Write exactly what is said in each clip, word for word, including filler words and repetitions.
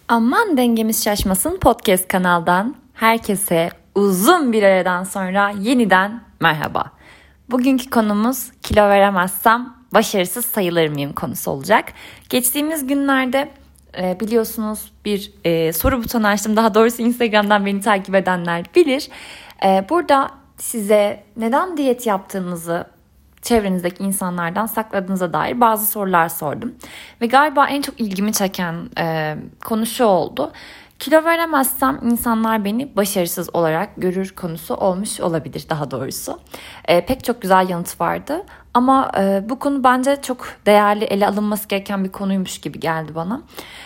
Aman dengemiz şaşmasın podcast kanaldan herkese uzun bir aradan sonra yeniden merhaba. Bugünkü konumuz kilo veremezsem başarısız sayılır mıyım konusu olacak. Geçtiğimiz günlerde e, biliyorsunuz bir e, soru butonu açtım. Daha doğrusu Instagram'dan beni takip edenler bilir. E, burada size neden diyet yaptığınızı çevrenizdeki insanlardan sakladığınıza dair bazı sorular sordum. Ve galiba en çok ilgimi çeken e, konu şu oldu. Kilo veremezsem insanlar beni başarısız olarak görür konusu olmuş olabilir daha doğrusu. E, pek çok güzel yanıt vardı. Ama e, bu konu bence çok değerli, ele alınması gereken bir konuymuş gibi geldi bana.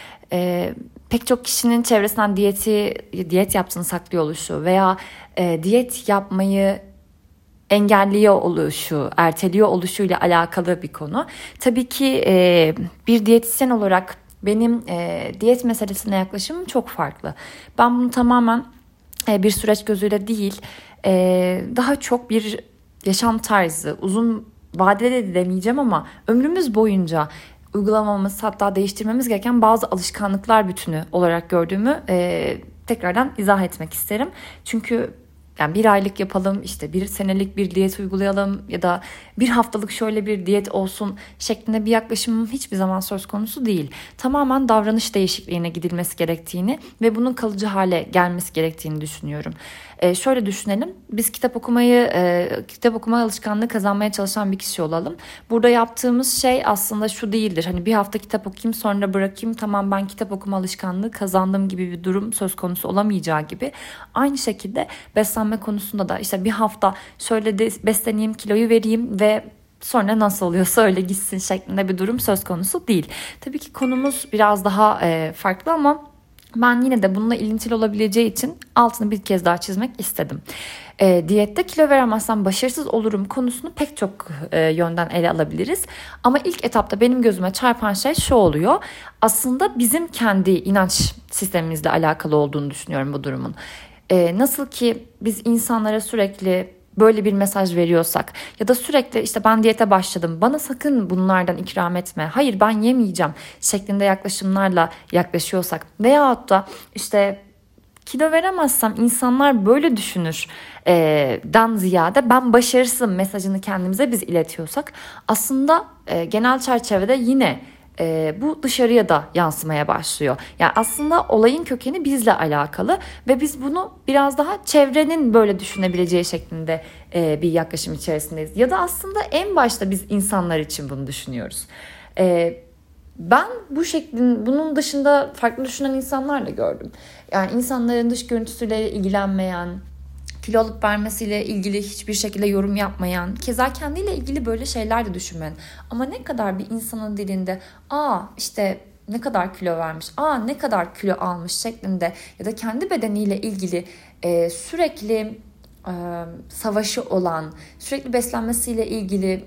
E, pek çok kişinin çevresinden diyeti diyet yaptığını saklıyor oluşu veya e, diyet yapmayı engelliyor oluşu, erteliyor oluşuyla alakalı bir konu. Tabii ki e, bir diyetisyen olarak benim e, diyet meselesine yaklaşımım çok farklı. Ben bunu tamamen e, bir süreç gözüyle değil, e, daha çok bir yaşam tarzı, uzun vadede de demeyeceğim ama ömrümüz boyunca uygulamamız, hatta değiştirmemiz gereken bazı alışkanlıklar bütünü olarak gördüğümü e, tekrardan izah etmek isterim. Çünkü yani bir aylık yapalım, işte bir senelik bir diyet uygulayalım ya da bir haftalık şöyle bir diyet olsun şeklinde bir yaklaşımım hiçbir zaman söz konusu değil. Tamamen davranış değişikliğine gidilmesi gerektiğini ve bunun kalıcı hale gelmesi gerektiğini düşünüyorum. Ee, şöyle düşünelim, biz kitap okumayı, e, kitap okuma alışkanlığı kazanmaya çalışan bir kişi olalım. Burada yaptığımız şey aslında şu değildir. Hani bir hafta kitap okuyayım sonra bırakayım, tamam ben kitap okuma alışkanlığı kazandım gibi bir durum söz konusu olamayacağı gibi. Aynı şekilde beslenme konusunda da işte bir hafta şöyle de besleneyim, kiloyu vereyim ve sonra nasıl oluyorsa öyle gitsin şeklinde bir durum söz konusu değil. Tabii ki konumuz biraz daha e, farklı ama ben yine de bununla ilintili olabileceği için altını bir kez daha çizmek istedim. E, diyette kilo veremezsem başarısız olurum konusunu pek çok e, yönden ele alabiliriz. Ama ilk etapta benim gözüme çarpan şey şu oluyor. Aslında bizim kendi inanç sistemimizle alakalı olduğunu düşünüyorum bu durumun. E, nasıl ki biz insanlara sürekli böyle bir mesaj veriyorsak ya da sürekli işte ben diyete başladım, bana sakın bunlardan ikram etme, hayır ben yemeyeceğim şeklinde yaklaşımlarla yaklaşıyorsak veyahut da işte kilo veremezsem insanlar böyle düşünür e, dan ziyade ben başarısızım mesajını kendimize biz iletiyorsak aslında e, genel çerçevede yine e, bu dışarıya da yansımaya başlıyor. Yani aslında olayın kökeni bizle alakalı ve biz bunu biraz daha çevrenin böyle düşünebileceği şeklinde e, bir yaklaşım içerisindeyiz. Ya da aslında en başta biz insanlar için bunu düşünüyoruz. E, Ben bu şeklin bunun dışında farklı düşünen insanlar da gördüm. Yani insanların dış görüntüsüyle ilgilenmeyen, kilo alıp vermesiyle ilgili hiçbir şekilde yorum yapmayan, keza kendiyle ilgili böyle şeyler de düşünmeyen. Ama ne kadar bir insanın dilinde aa işte ne kadar kilo vermiş, aa ne kadar kilo almış şeklinde ya da kendi bedeniyle ilgili e, sürekli e, savaşı olan, sürekli beslenmesiyle ilgili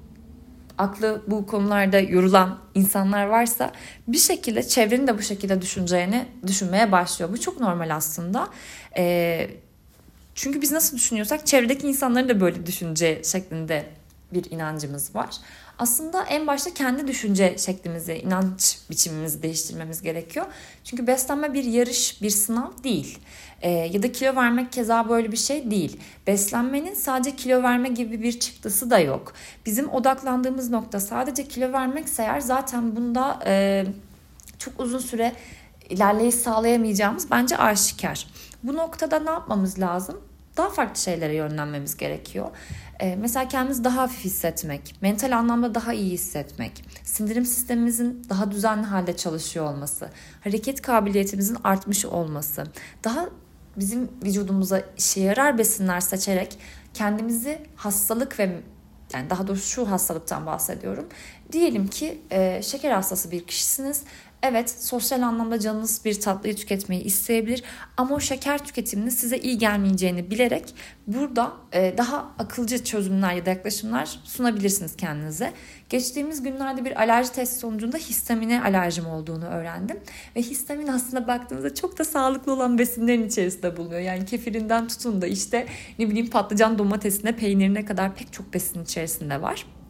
aklı bu konularda yorulan insanlar varsa bir şekilde çevrenin de bu şekilde düşüneceğini düşünmeye başlıyor. Bu çok normal aslında. Ee, çünkü biz nasıl düşünüyorsak çevredeki insanların da böyle düşüneceği şeklinde bir inancımız var. Aslında en başta kendi düşünce şeklimizi, inanç biçimimizi değiştirmemiz gerekiyor. Çünkü beslenme bir yarış, bir sınav değil. Ee, ya da kilo vermek keza böyle bir şey değil. Beslenmenin sadece kilo verme gibi bir çıktısı da yok. Bizim odaklandığımız nokta sadece kilo vermekse eğer zaten bunda e, çok uzun süre ilerleyiş sağlayamayacağımız bence aşikar. Bu noktada ne yapmamız lazım? Daha farklı şeylere yönlenmemiz gerekiyor. Ee, mesela kendimizi daha hafif hissetmek, mental anlamda daha iyi hissetmek, sindirim sistemimizin daha düzenli halde çalışıyor olması, hareket kabiliyetimizin artmış olması, daha bizim vücudumuza işe yarar besinler seçerek kendimizi hastalık ve yani daha doğrusu şu hastalıktan bahsediyorum. Diyelim ki e, şeker hastası bir kişisiniz. Evet, sosyal anlamda canınız bir tatlıyı tüketmeyi isteyebilir ama o şeker tüketiminin size iyi gelmeyeceğini bilerek burada e, daha akılcı çözümler ya da yaklaşımlar sunabilirsiniz kendinize. Geçtiğimiz günlerde bir alerji testi sonucunda histamine alerjim olduğunu öğrendim. Ve histamin aslında baktığınızda çok da sağlıklı olan besinlerin içerisinde bulunuyor. Yani kefirinden tutun da işte ne bileyim patlıcan domatesine, peynirine kadar pek çok besin içerisinde var.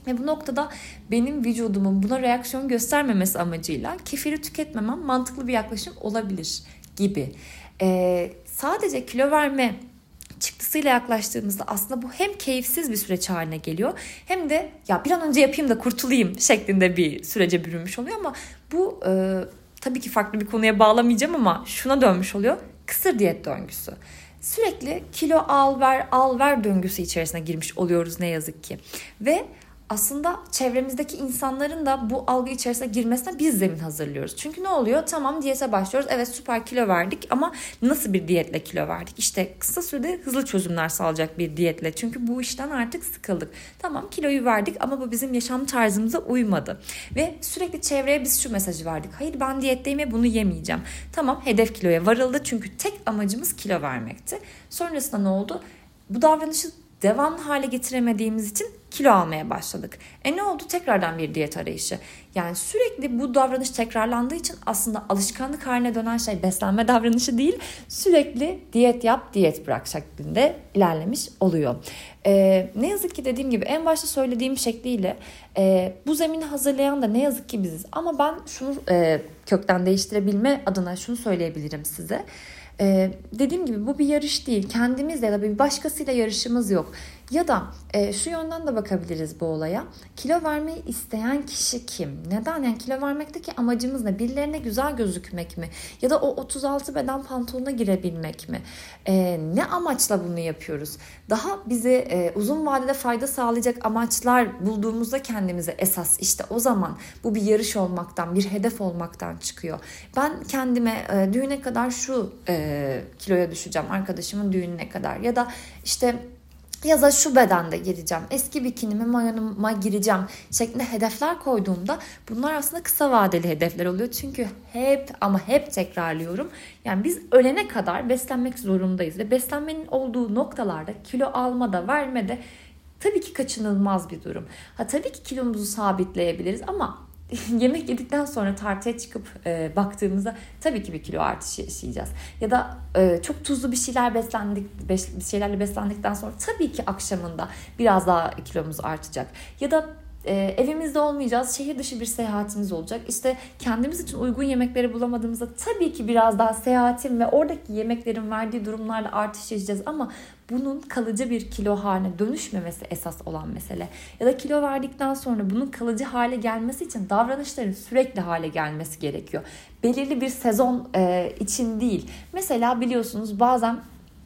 Ve bu noktada benim vücudumun buna reaksiyon göstermemesi amacıyla kefiri tüketmemem mantıklı bir yaklaşım olabilir gibi. Ee, sadece kilo verme çıktısıyla yaklaştığımızda aslında bu hem keyifsiz bir süreç haline geliyor hem de ya bir an önce yapayım da kurtulayım şeklinde bir sürece bürünmüş oluyor. Ama bu e, tabii ki farklı bir konuya bağlamayacağım ama şuna dönmüş oluyor: kısır diyet döngüsü. Sürekli kilo al ver al ver döngüsü içerisine girmiş oluyoruz ne yazık ki. Ve aslında çevremizdeki insanların da bu algı içerisine girmesine biz zemin hazırlıyoruz. Çünkü ne oluyor? Tamam, diyete başlıyoruz. Evet, süper kilo verdik ama nasıl bir diyetle kilo verdik? İşte kısa sürede hızlı çözümler sağlayacak bir diyetle. Çünkü bu işten artık sıkıldık. Tamam, kiloyu verdik ama bu bizim yaşam tarzımıza uymadı. Ve sürekli çevreye biz şu mesajı verdik: hayır, ben diyetteyim ve bunu yemeyeceğim. Tamam, hedef kiloya varıldı çünkü tek amacımız kilo vermekti. Sonrasında ne oldu? Bu davranışı devamlı hale getiremediğimiz için kilo almaya başladık. E ne oldu? Tekrardan bir diyet arayışı. Yani sürekli bu davranış tekrarlandığı için aslında alışkanlık haline dönen şey beslenme davranışı değil, sürekli diyet yap, diyet bırak şeklinde ilerlemiş oluyor. Ee, ne yazık ki dediğim gibi en başta söylediğim şekliyle e, bu zemini hazırlayan da ne yazık ki biziz. Ama ben şunu e, kökten değiştirebilme adına şunu söyleyebilirim size. Ee, dediğim gibi bu bir yarış değil. Kendimizle ya da bir başkasıyla yarışımız yok. Ya da e, şu yönden de bakabiliriz bu olaya. Kilo vermeyi isteyen kişi kim? Neden? Yani kilo vermekteki amacımız ne? Birilerine güzel gözükmek mi? Ya da o otuz altı beden pantolona girebilmek mi? E, ne amaçla bunu yapıyoruz? Daha bize e, uzun vadede fayda sağlayacak amaçlar bulduğumuzda kendimize esas işte o zaman bu bir yarış olmaktan, bir hedef olmaktan çıkıyor. Ben kendime e, düğüne kadar şu e, kiloya düşeceğim, arkadaşımın düğününe kadar ya da işte yaza şu bedende gireceğim, eski bikinime, mayonuma gireceğim şeklinde hedefler koyduğumda bunlar aslında kısa vadeli hedefler oluyor. Çünkü hep ama hep tekrarlıyorum. Yani biz ölene kadar beslenmek zorundayız ve beslenmenin olduğu noktalarda kilo almada, vermede tabii ki kaçınılmaz bir durum. Ha tabii ki kilomuzu sabitleyebiliriz ama yemek yedikten sonra tartıya çıkıp e, baktığımızda tabii ki bir kilo artışı yaşayacağız. Ya da e, çok tuzlu bir şeyler beslendik, bir şeylerle beslendikten sonra tabii ki akşamında biraz daha kilomuz artacak. Ya da e, evimizde olmayacağız, şehir dışı bir seyahatimiz olacak. İşte kendimiz için uygun yemekleri bulamadığımızda tabii ki biraz daha seyahatin ve oradaki yemeklerin verdiği durumlarla artış yaşayacağız ama bunun kalıcı bir kilo haline dönüşmemesi esas olan mesele. Ya da kilo verdikten sonra bunun kalıcı hale gelmesi için davranışların sürekli hale gelmesi gerekiyor. Belirli bir sezon e, için değil. Mesela biliyorsunuz bazen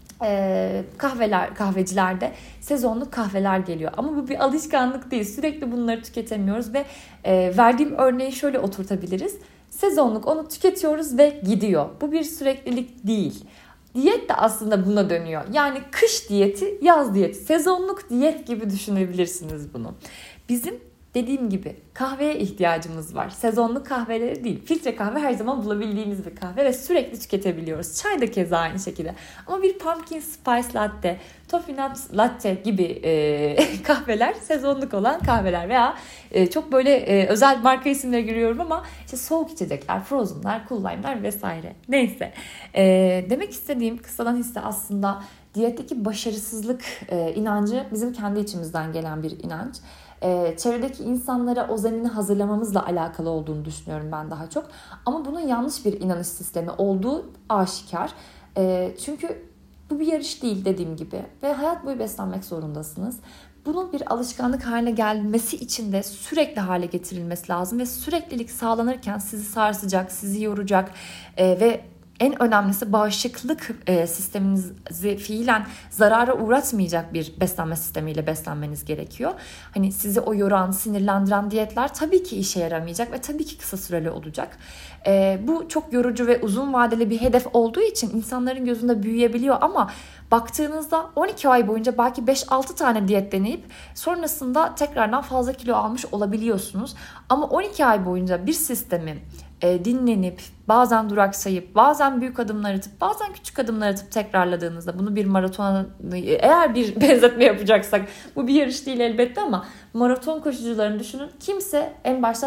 e, kahveler kahvecilerde sezonluk kahveler geliyor. Ama bu bir alışkanlık değil. Sürekli bunları tüketemiyoruz ve e, verdiğim örneği şöyle oturtabiliriz. Sezonluk onu tüketiyoruz ve gidiyor. Bu bir süreklilik değil. Diyet de aslında buna dönüyor. Yani kış diyeti, yaz diyeti, sezonluk diyet gibi düşünebilirsiniz bunu. Bizim dediğim gibi kahveye ihtiyacımız var. Sezonluk kahveleri değil. Filtre kahve her zaman bulabildiğimiz bir kahve ve sürekli tüketebiliyoruz. Çay da keza aynı şekilde. Ama bir pumpkin spice latte, toffee nut latte gibi e, kahveler sezonluk olan kahveler veya e, çok böyle e, özel marka isimleri görüyorum ama işte soğuk içecekler, frozenlar, cool lime'lar vesaire. Neyse. E, demek istediğim kısadan hisse aslında diyetteki başarısızlık e, inancı bizim kendi içimizden gelen bir inanç. Ee, çevredeki insanlara o zemini hazırlamamızla alakalı olduğunu düşünüyorum ben daha çok. Ama bunun yanlış bir inanış sistemi olduğu aşikar. Ee, çünkü bu bir yarış değil dediğim gibi ve hayat boyu beslenmek zorundasınız. Bunun bir alışkanlık haline gelmesi için de sürekli hale getirilmesi lazım ve süreklilik sağlanırken sizi sarsacak, sizi yoracak e, ve en önemlisi bağışıklık e, sisteminizi fiilen zarara uğratmayacak bir beslenme sistemiyle beslenmeniz gerekiyor. Hani sizi o yoran, sinirlendiren diyetler tabii ki işe yaramayacak ve tabii ki kısa süreli olacak. E, bu çok yorucu ve uzun vadeli bir hedef olduğu için insanların gözünde büyüyebiliyor ama baktığınızda on iki ay boyunca belki beş altı tane diyet deneyip sonrasında tekrardan fazla kilo almış olabiliyorsunuz. Ama on iki ay boyunca bir sistemi e, dinlenip, bazen duraksayıp, bazen büyük adımlar atıp, bazen küçük adımlar atıp tekrarladığınızda bunu bir maratona, eğer bir benzetme yapacaksak bu bir yarış değil elbette ama maraton koşucularını düşünün. Kimse en başta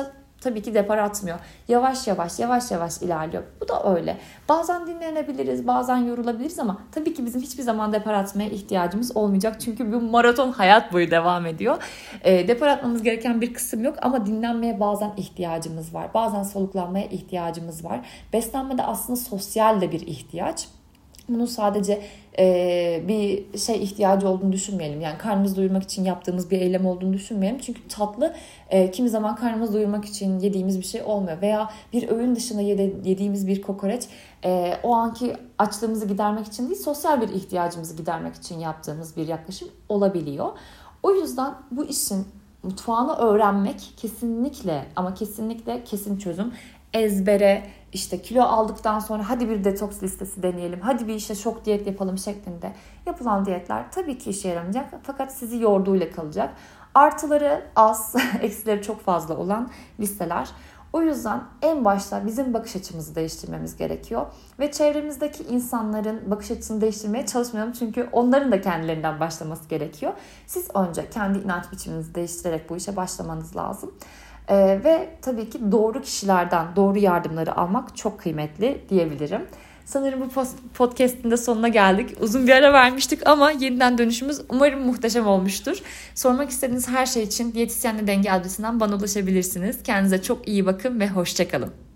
tabii ki depar atmıyor. Yavaş yavaş yavaş yavaş ilerliyor. Bu da öyle. Bazen dinlenebiliriz, bazen yorulabiliriz ama tabii ki bizim hiçbir zaman depar atmaya ihtiyacımız olmayacak. Çünkü bu maraton hayat boyu devam ediyor. E, depar atmamız gereken bir kısım yok ama dinlenmeye bazen ihtiyacımız var. Bazen soluklanmaya ihtiyacımız var. Beslenme de aslında sosyal de bir ihtiyaç. Bunun sadece e, bir şey ihtiyacı olduğunu düşünmeyelim. Yani karnımızı doyurmak için yaptığımız bir eylem olduğunu düşünmeyelim. Çünkü tatlı e, kimi zaman karnımızı doyurmak için yediğimiz bir şey olmuyor. Veya bir öğün dışında yedi, yediğimiz bir kokoreç e, o anki açlığımızı gidermek için değil, sosyal bir ihtiyacımızı gidermek için yaptığımız bir yaklaşım olabiliyor. O yüzden bu işin mutfağını öğrenmek kesinlikle ama kesinlikle kesin çözüm. Ezbere, işte kilo aldıktan sonra hadi bir detoks listesi deneyelim, hadi bir işte şok diyet yapalım şeklinde yapılan diyetler tabii ki işe yaramayacak fakat sizi yorduğuyla kalacak. Artıları az, eksileri çok fazla olan listeler. O yüzden en başta bizim bakış açımızı değiştirmemiz gerekiyor. Ve çevremizdeki insanların bakış açısını değiştirmeye çalışmayalım. Çünkü onların da kendilerinden başlaması gerekiyor. Siz önce kendi inanç biçiminizi değiştirerek bu işe başlamanız lazım. Ee, ve tabii ki doğru kişilerden doğru yardımları almak çok kıymetli diyebilirim. Sanırım bu podcast'in de sonuna geldik. Uzun bir ara vermiştik ama yeniden dönüşümüz umarım muhteşem olmuştur. Sormak istediğiniz her şey için Diyetisyenle Denge adresinden bana ulaşabilirsiniz. Kendinize çok iyi bakın ve hoşça kalın.